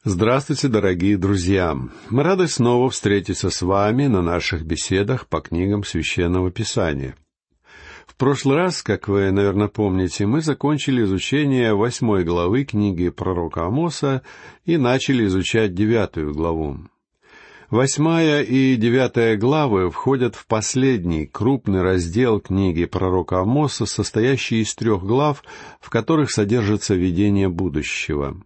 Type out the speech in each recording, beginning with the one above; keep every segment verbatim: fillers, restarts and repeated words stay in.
Здравствуйте, дорогие друзья! Мы рады снова встретиться с вами на наших беседах по книгам Священного Писания. В прошлый раз, как вы, наверное, помните, мы закончили изучение восьмой главы книги пророка Амоса и начали изучать девятую главу. Восьмая и девятая главы входят в последний крупный раздел книги пророка Амоса, состоящий из трех глав, в которых содержится видение будущего.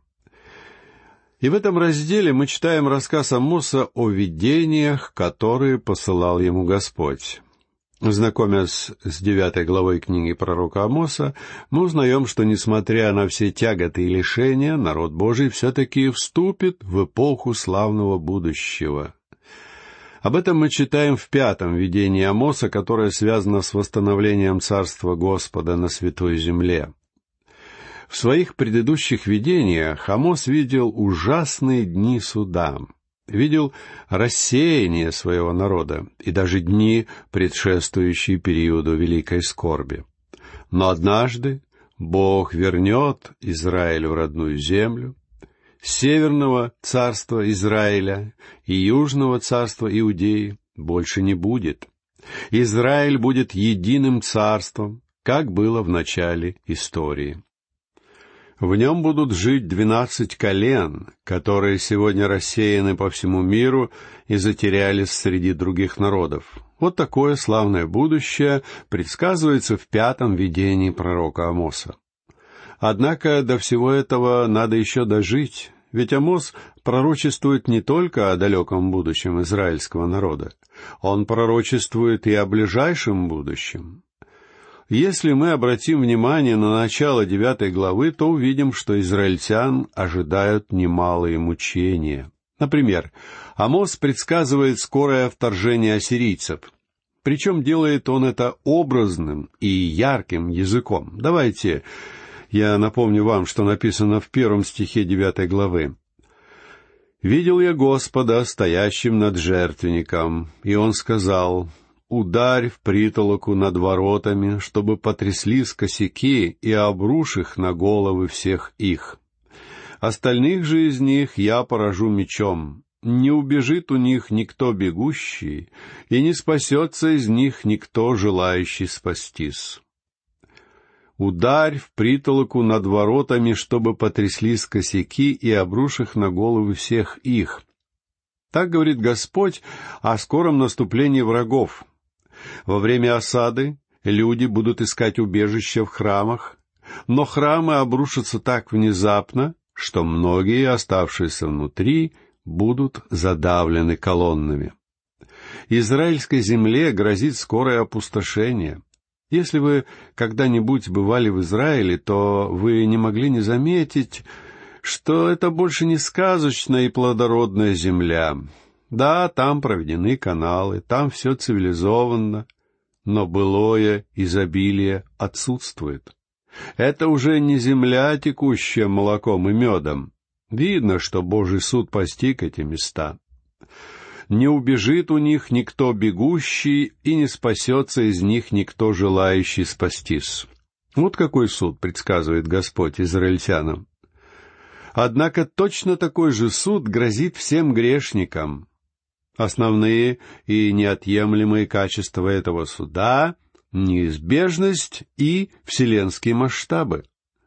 И в этом разделе мы читаем рассказ Амоса о видениях, которые посылал ему Господь. Знакомясь с девятой главой книги пророка Амоса, мы узнаем, что, несмотря на все тяготы и лишения, народ Божий все-таки вступит в эпоху славного будущего. Об этом мы читаем в пятом видении Амоса, которое связано с восстановлением Царства Господа на Святой Земле. В своих предыдущих видениях Амос видел ужасные дни суда, видел рассеяние своего народа и даже дни, предшествующие периоду великой скорби. Но однажды Бог вернет Израиль в родную землю, северного царства Израиля и южного царства Иудеи больше не будет. Израиль будет единым царством, как было в начале истории. В нем будут жить двенадцать колен, которые сегодня рассеяны по всему миру и затерялись среди других народов. Вот такое славное будущее предсказывается в пятом видении пророка Амоса. Однако до всего этого надо еще дожить, ведь Амос пророчествует не только о далеком будущем израильского народа, он пророчествует и о ближайшем будущем. Если мы обратим внимание на начало девятой главы, то увидим, что израильтян ожидают немалые мучения. Например, Амос предсказывает скорое вторжение ассирийцев. Причем делает он это образным и ярким языком. Давайте я напомню вам, что написано в первом стихе девятой главы. «Видел я Господа, стоящим над жертвенником, и Он сказал: ударь в притолоку над воротами, чтобы потряслись косяки, и обрушь их на головы всех их. Остальных же из них я поражу мечом. Не убежит у них никто бегущий, и не спасется из них никто, желающий спастись. Ударь в притолоку над воротами, чтобы потряслись косяки, и обрушь их на головы всех их». Так говорит Господь о скором наступлении врагов. Во время осады люди будут искать убежища в храмах, но храмы обрушатся так внезапно, что многие, оставшиеся внутри, будут задавлены колоннами. Израильской земле грозит скорое опустошение. Если вы когда-нибудь бывали в Израиле, то вы не могли не заметить, что это больше не сказочная и плодородная земля. Да, там проведены каналы, там все цивилизованно, но былое изобилие отсутствует. Это уже не земля, текущая молоком и медом. Видно, что Божий суд постиг эти места. Не убежит у них никто бегущий, и не спасется из них никто, желающий спастись. Вот какой суд предсказывает Господь израильтянам. Однако точно такой же суд грозит всем грешникам. Основные и неотъемлемые качества этого суда — неизбежность и вселенские масштабы.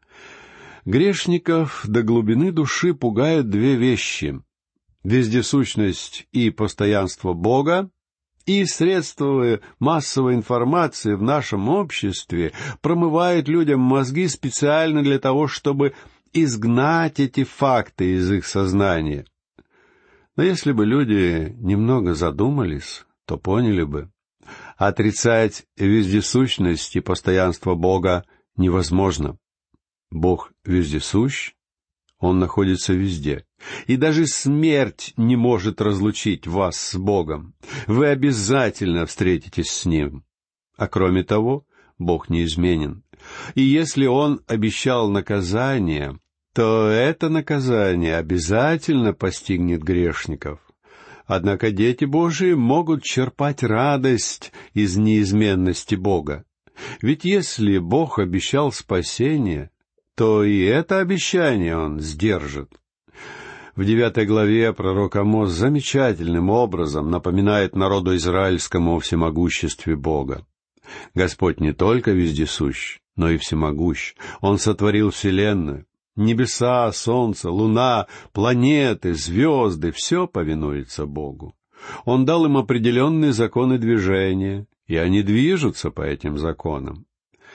Грешников до глубины души пугают две вещи — вездесущность и постоянство Бога, и средства массовой информации в нашем обществе промывают людям мозги специально для того, чтобы изгнать эти факты из их сознания. Но если бы люди немного задумались, то поняли бы, отрицать вездесущность и постоянство Бога невозможно. Бог вездесущ, Он находится везде. И даже смерть не может разлучить вас с Богом. Вы обязательно встретитесь с Ним. А кроме того, Бог неизменен. И если Он обещал наказание, то это наказание обязательно постигнет грешников. Однако дети Божии могут черпать радость из неизменности Бога. Ведь если Бог обещал спасение, то и это обещание Он сдержит. В девятой главе пророк Амос замечательным образом напоминает народу израильскому о всемогуществе Бога. Господь не только вездесущ, но и всемогущ. Он сотворил вселенную. Небеса, солнце, луна, планеты, звезды — все повинуется Богу. Он дал им определенные законы движения, и они движутся по этим законам.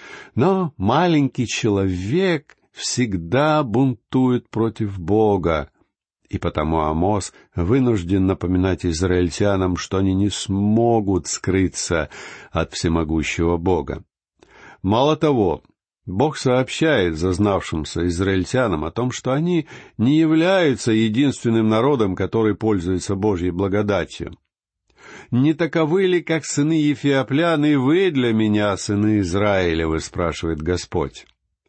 Но маленький человек всегда бунтует против Бога, и потому Амос вынужден напоминать израильтянам, что они не смогут скрыться от всемогущего Бога. Мало того, Бог сообщает зазнавшимся израильтянам о том, что они не являются единственным народом, который пользуется Божьей благодатью. «Не таковы ли, как сыны Ефиоплян, и вы для меня, сыны Израилевы?» — спрашивает Господь.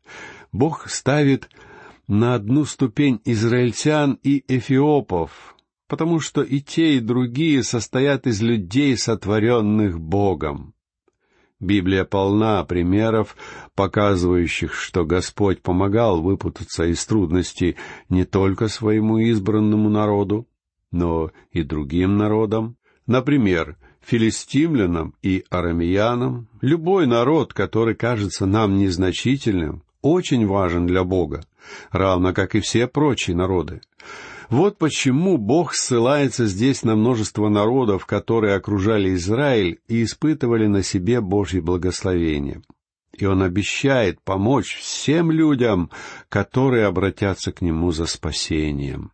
Бог ставит на одну ступень израильтян и эфиопов, потому что и те, и другие состоят из людей, сотворенных Богом. Библия полна примеров, показывающих, что Господь помогал выпутаться из трудностей не только своему избранному народу, но и другим народам. Например, филистимлянам и арамеянам. Любой народ, который кажется нам незначительным, очень важен для Бога, равно как и все прочие народы. Вот почему Бог ссылается здесь на множество народов, которые окружали Израиль и испытывали на себе Божье благословение. И Он обещает помочь всем людям, которые обратятся к Нему за спасением.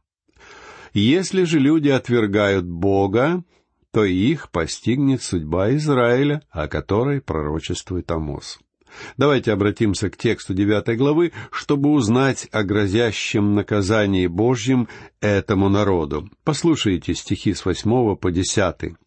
Если же люди отвергают Бога, то их постигнет судьба Израиля, о которой пророчествует Амос. Давайте обратимся к тексту девятой главы, чтобы узнать о грозящем наказании Божьем этому народу. Послушайте стихи с восьмого по десятый.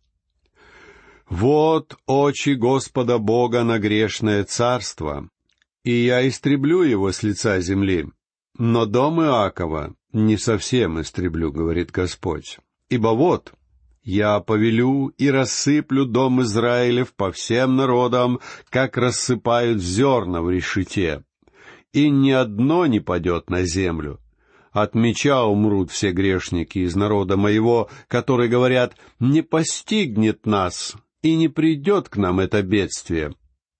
«Вот очи Господа Бога на грешное царство, и я истреблю его с лица земли. Но дом Иакова не совсем истреблю, говорит Господь. Ибо вот я повелю и рассыплю дом Израилев по всем народам, как рассыпают зерна в решете, и ни одно не падет на землю. От меча умрут все грешники из народа моего, которые говорят: не постигнет нас, и не придет к нам это бедствие».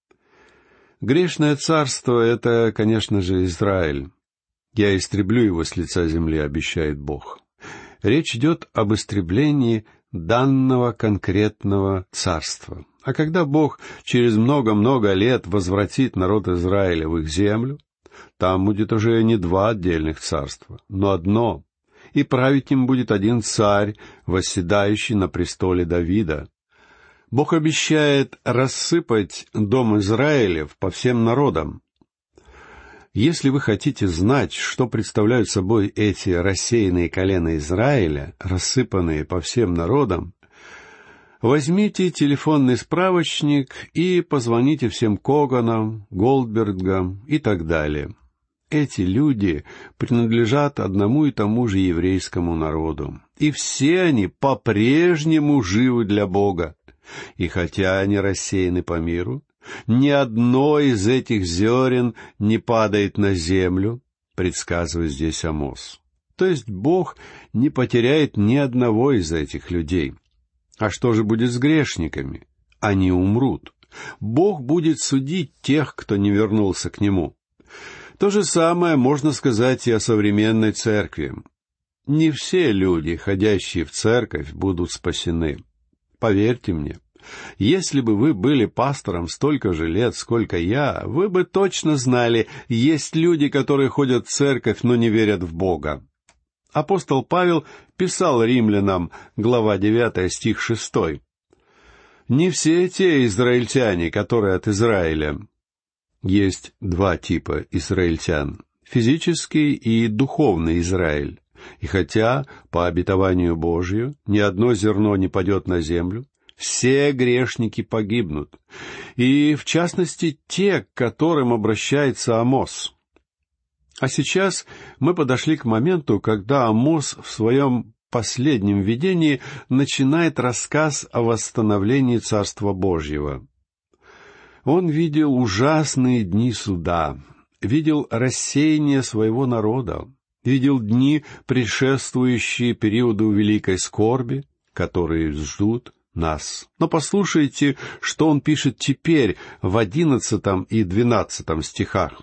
Грешное царство — это, конечно же, Израиль. «Я истреблю его с лица земли», — обещает Бог. Речь идет об истреблении данного конкретного царства. А когда Бог через много-много лет возвратит народ Израиля в их землю, там будет уже не два отдельных царства, но одно, и править им будет один царь, восседающий на престоле Давида. Бог обещает рассыпать дом Израилев по всем народам. Если вы хотите знать, что представляют собой эти рассеянные колена Израиля, рассыпанные по всем народам, возьмите телефонный справочник и позвоните всем Коганам, Голдбергам и так далее. Эти люди принадлежат одному и тому же еврейскому народу, и все они по-прежнему живы для Бога. И хотя они рассеяны по миру, ни одно из этих зерен не падает на землю, предсказывает здесь Амос. То есть Бог не потеряет ни одного из этих людей. А что же будет с грешниками? Они умрут. Бог будет судить тех, кто не вернулся к Нему. То же самое можно сказать и о современной церкви. Не все люди, ходящие в церковь, будут спасены. Поверьте мне, если бы вы были пастором столько же лет, сколько я, вы бы точно знали, есть люди, которые ходят в церковь, но не верят в Бога. Апостол Павел писал римлянам, глава девятая, стих шестой. «Не все те израильтяне, которые от Израиля». Есть два типа израильтян — физический и духовный Израиль. И хотя, по обетованию Божию, ни одно зерно не падет на землю, все грешники погибнут, и, в частности, те, к которым обращается Амос. А сейчас мы подошли к моменту, когда Амос в своем последнем видении начинает рассказ о восстановлении Царства Божьего. Он видел ужасные дни суда, видел рассеяние своего народа, видел дни, предшествующие периоду великой скорби, которые ждут нас. Но послушайте, что он пишет теперь в одиннадцатом и двенадцатом стихах.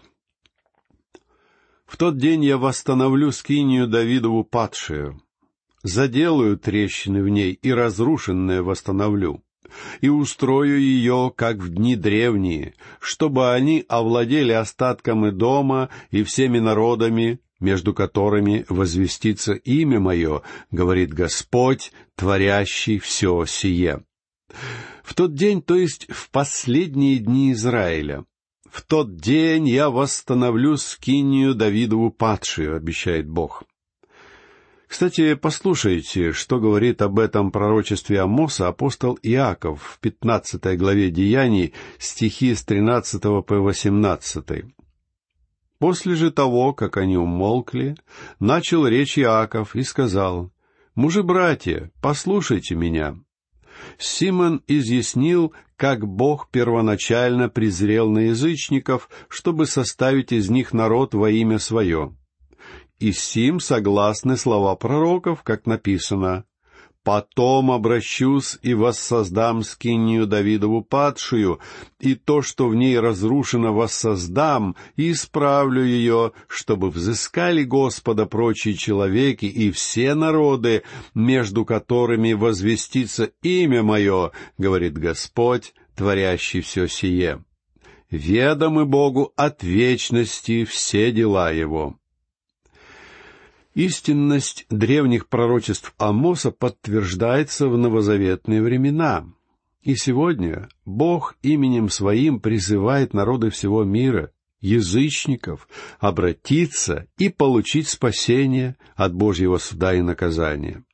«В тот день я восстановлю скинию Давидову падшую, заделаю трещины в ней и разрушенное восстановлю, и устрою ее, как в дни древние, чтобы они овладели остатком Эдома и всеми народами, между которыми возвестится имя мое, говорит Господь, творящий все сие». В тот день, то есть в последние дни Израиля, в тот день я восстановлю скинию Давидову падшую, обещает Бог. Кстати, послушайте, что говорит об этом пророчестве Амоса апостол Иаков в пятнадцатой главе Деяний, стихи с тринадцатого по восемнадцатый. «После же того, как они умолкли, начал речь Иаков и сказал: «Мужи-братья, послушайте меня. Симон изъяснил, как Бог первоначально презрел на язычников, чтобы составить из них народ во имя свое. И сим согласны слова пророков, как написано: «Потом обращусь и воссоздам скинию Давидову падшую, и то, что в ней разрушено, воссоздам, и исправлю ее, чтобы взыскали Господа прочие человеки и все народы, между которыми возвестится имя мое, говорит Господь, творящий все сие. Ведомы Богу от вечности все дела его». Истинность древних пророчеств Амоса подтверждается в новозаветные времена. И сегодня Бог именем Своим призывает народы всего мира, язычников, обратиться и получить спасение от Божьего суда и наказания.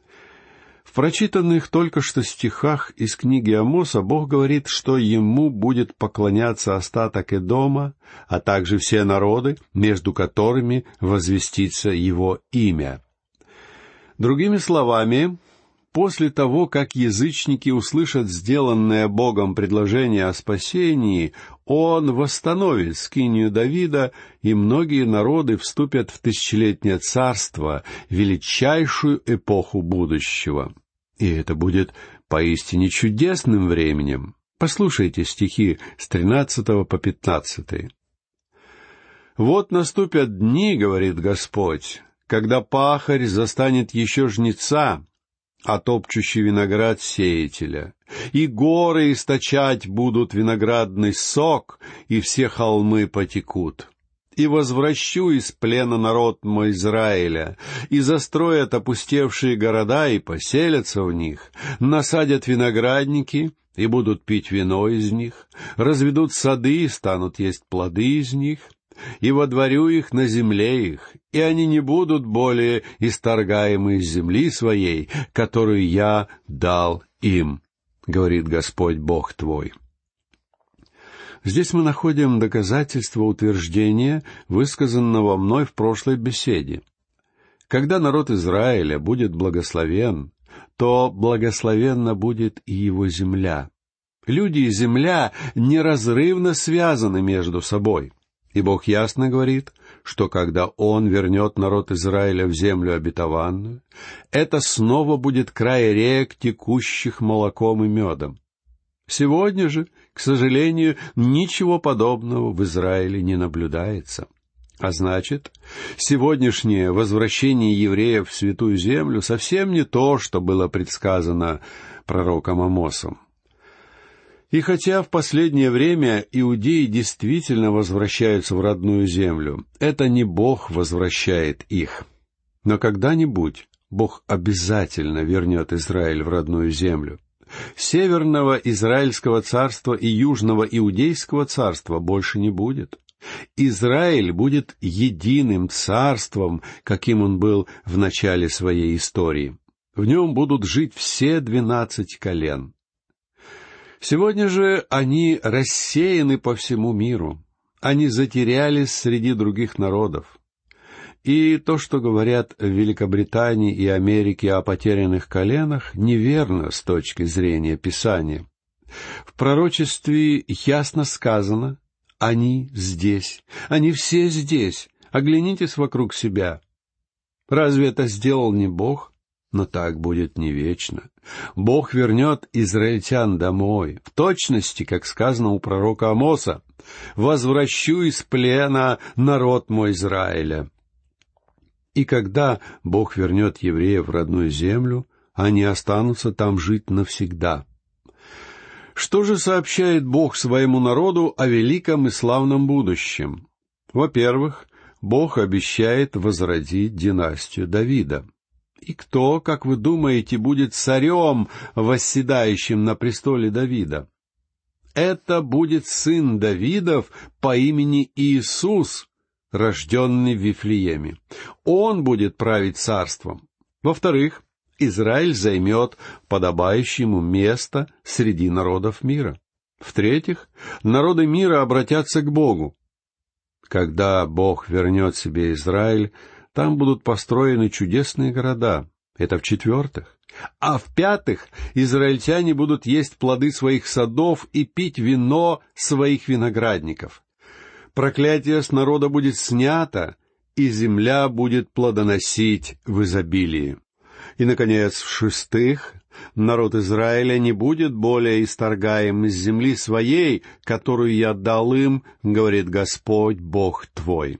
В прочитанных только что стихах из книги Амоса Бог говорит, что Ему будет поклоняться остаток Эдома, а также все народы, между которыми возвестится Его имя. Другими словами, после того, как язычники услышат сделанное Богом предложение о спасении, Он восстановит скинию Давида, и многие народы вступят в тысячелетнее царство, величайшую эпоху будущего. И это будет поистине чудесным временем. Послушайте стихи с тринадцатого по пятнадцатый. «Вот наступят дни, — говорит Господь, — когда пахарь застанет еще жнеца, а топчущий виноград сеятеля, и горы источать будут виноградный сок, и все холмы потекут. И возвращу из плена народ мой Израиля, и застроят опустевшие города, и поселятся в них, насадят виноградники, и будут пить вино из них, разведут сады, и станут есть плоды из них, и водворю их на земле их, и они не будут более исторгаемы из земли своей, которую я дал им, говорит Господь Бог твой». Здесь мы находим доказательство утверждения, высказанного мной в прошлой беседе. Когда народ Израиля будет благословен, то благословенна будет и его земля. Люди и земля неразрывно связаны между собой. И Бог ясно говорит, что когда Он вернет народ Израиля в землю обетованную, это снова будет край рек, текущих молоком и медом. Сегодня же, к сожалению, ничего подобного в Израиле не наблюдается. А значит, сегодняшнее возвращение евреев в Святую Землю совсем не то, что было предсказано пророком Амосом. И хотя в последнее время иудеи действительно возвращаются в родную землю, это не Бог возвращает их. Но когда-нибудь Бог обязательно вернет Израиль в родную землю. Северного Израильского царства и Южного Иудейского царства больше не будет. Израиль будет единым царством, каким он был в начале своей истории. В нем будут жить все двенадцать колен. Сегодня же они рассеяны по всему миру. Они затерялись среди других народов. И то, что говорят в Великобритании и Америке о потерянных коленах, неверно с точки зрения Писания. В пророчестве ясно сказано: «Они здесь, они все здесь. Оглянитесь вокруг себя. Разве это сделал не Бог? Но так будет не вечно. Бог вернет израильтян домой, в точности, как сказано у пророка Амоса: «Возвращу из плена народ мой Израиля». И когда Бог вернет евреев в родную землю, они останутся там жить навсегда. Что же сообщает Бог своему народу о великом и славном будущем? Во-первых, Бог обещает возродить династию Давида. И кто, как вы думаете, будет царем, восседающим на престоле Давида? Это будет сын Давидов по имени Иисус, рожденный в Вифлееме. Он будет править царством. Во-вторых, Израиль займет подобающее ему место среди народов мира. В-третьих, народы мира обратятся к Богу. Когда Бог вернет себе Израиль, там будут построены чудесные города. Это в-четвертых. А в-пятых, израильтяне будут есть плоды своих садов и пить вино своих виноградников. Проклятие с народа будет снято, и земля будет плодоносить в изобилии. И, наконец, в-шестых, народ Израиля не будет более исторгаем из земли своей, которую я дал им, говорит Господь Бог твой.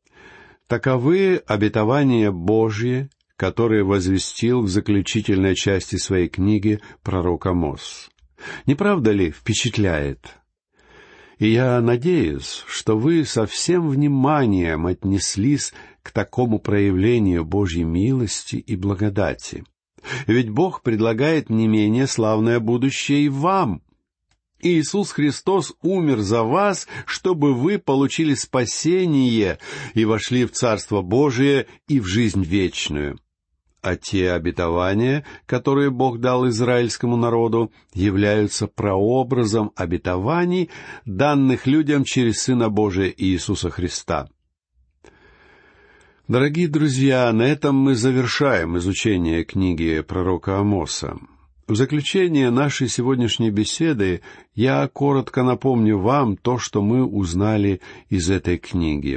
Таковы обетования Божьи, которые возвестил в заключительной части своей книги пророк Амос. Не правда ли впечатляет? И я надеюсь, что вы со всем вниманием отнеслись к такому проявлению Божьей милости и благодати. Ведь Бог предлагает не менее славное будущее и вам. Иисус Христос умер за вас, чтобы вы получили спасение и вошли в Царство Божие и в жизнь вечную. А те обетования, которые Бог дал израильскому народу, являются прообразом обетований, данных людям через Сына Божия Иисуса Христа. Дорогие друзья, на этом мы завершаем изучение книги пророка Амоса. В заключение нашей сегодняшней беседы я коротко напомню вам то, что мы узнали из этой книги.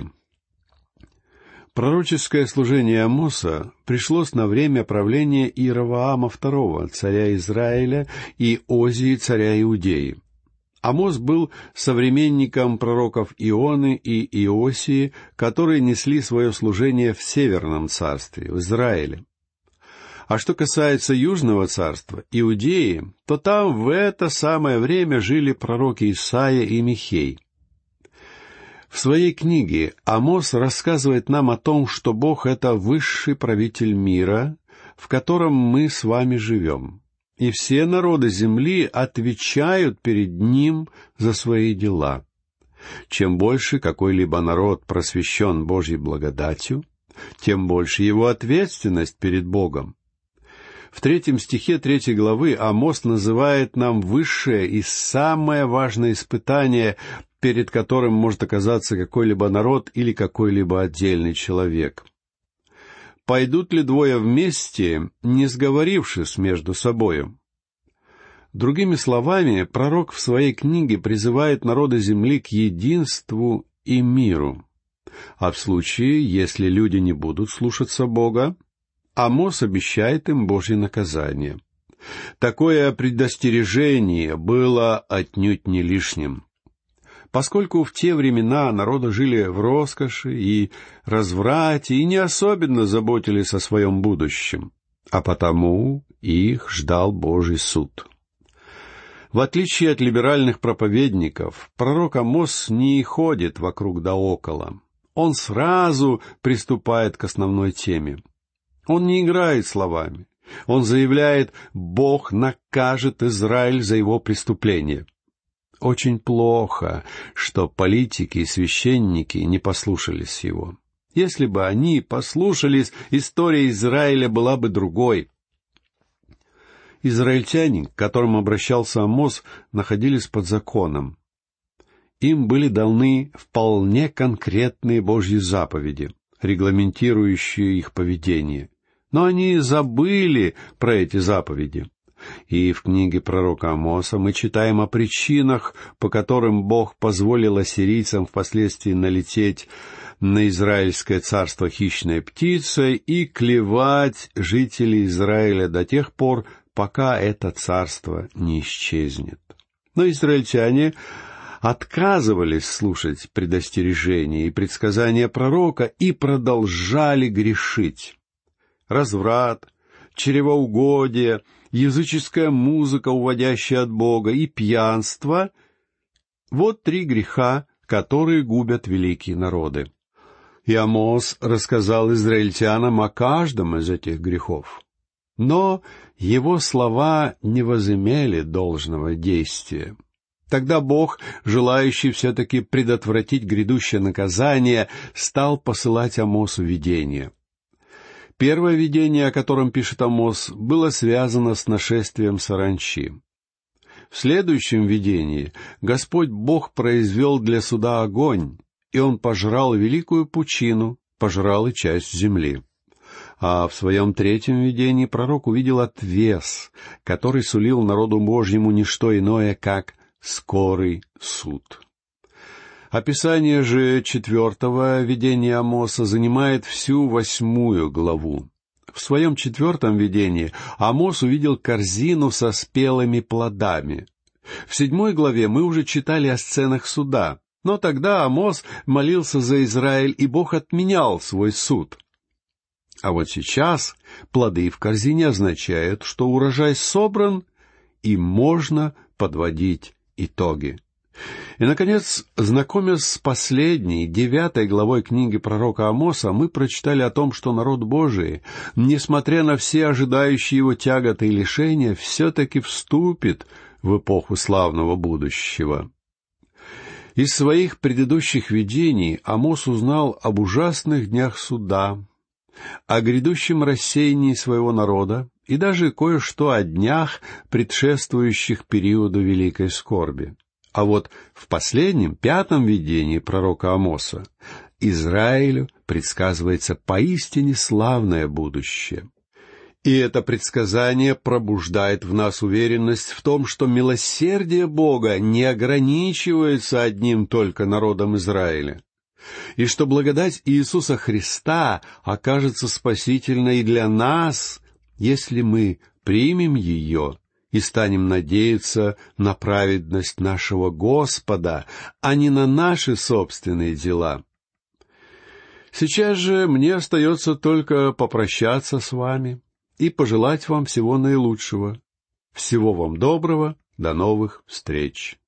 Пророческое служение Амоса пришлось на время правления Иеровоама второго, царя Израиля, и Озии, царя Иудеи. Амос был современником пророков Ионы и Иосии, которые несли свое служение в Северном царстве, в Израиле. А что касается Южного царства, Иудеи, то там в это самое время жили пророки Исаия и Михей. В своей книге Амос рассказывает нам о том, что Бог — это высший правитель мира, в котором мы с вами живем, и все народы земли отвечают перед Ним за свои дела. Чем больше какой-либо народ просвещен Божьей благодатью, тем больше его ответственность перед Богом. В третьем стихе третьей главы Амос называет нам высшее и самое важное испытание, перед которым может оказаться какой-либо народ или какой-либо отдельный человек. «Пойдут ли двое вместе, не сговорившись между собою?» Другими словами, пророк в своей книге призывает народы земли к единству и миру. А в случае, если люди не будут слушаться Бога, Амос обещает им Божье наказание. Такое предостережение было отнюдь не лишним. Поскольку в те времена народы жили в роскоши и разврате и не особенно заботились о своем будущем, а потому их ждал Божий суд. В отличие от либеральных проповедников, пророк Амос не ходит вокруг да около. Он сразу приступает к основной теме. Он не играет словами. Он заявляет: «Бог накажет Израиль за его преступление». Очень плохо, что политики и священники не послушались его. Если бы они послушались, история Израиля была бы другой. Израильтяне, к которым обращался Амос, находились под законом. Им были даны вполне конкретные Божьи заповеди, регламентирующие их поведение. Но они забыли про эти заповеди. И в книге пророка Амоса мы читаем о причинах, по которым Бог позволил ассирийцам впоследствии налететь на Израильское царство хищной птицей и клевать жителей Израиля до тех пор, пока это царство не исчезнет. Но израильтяне отказывались слушать предостережения и предсказания пророка и продолжали грешить. Разврат, чревоугодие, языческая музыка, уводящая от Бога, и пьянство — вот три греха, которые губят великие народы. И Амос рассказал израильтянам о каждом из этих грехов. Но его слова не возымели должного действия. Тогда Бог, желающий все-таки предотвратить грядущее наказание, стал посылать Амосу видения. Первое видение, о котором пишет Амос, было связано с нашествием саранчи. В следующем видении Господь Бог произвел для суда огонь, и он пожрал великую пучину, пожрал и часть земли. А в своем третьем видении пророк увидел отвес, который сулил народу Божьему не что иное, как скорый суд. Описание же четвертого видения Амоса занимает всю восьмую главу. В своем четвертом видении Амос увидел корзину со спелыми плодами. В седьмой главе мы уже читали о сценах суда, но тогда Амос молился за Израиль, и Бог отменял свой суд. А вот сейчас плоды в корзине означают, что урожай собран, и можно подводить итоги. И, наконец, знакомясь с последней, девятой главой книги пророка Амоса, мы прочитали о том, что народ Божий, несмотря на все ожидающие его тяготы и лишения, все-таки вступит в эпоху славного будущего. Из своих предыдущих видений Амос узнал об ужасных днях суда, о грядущем рассеянии своего народа и даже кое-что о днях, предшествующих периоду великой скорби. А вот в последнем, пятом видении пророка Амоса Израилю предсказывается поистине славное будущее. И это предсказание пробуждает в нас уверенность в том, что милосердие Бога не ограничивается одним только народом Израиля, и что благодать Иисуса Христа окажется спасительной для нас, если мы примем ее и станем надеяться на праведность нашего Господа, а не на наши собственные дела. Сейчас же мне остается только попрощаться с вами и пожелать вам всего наилучшего. Всего вам доброго, до новых встреч.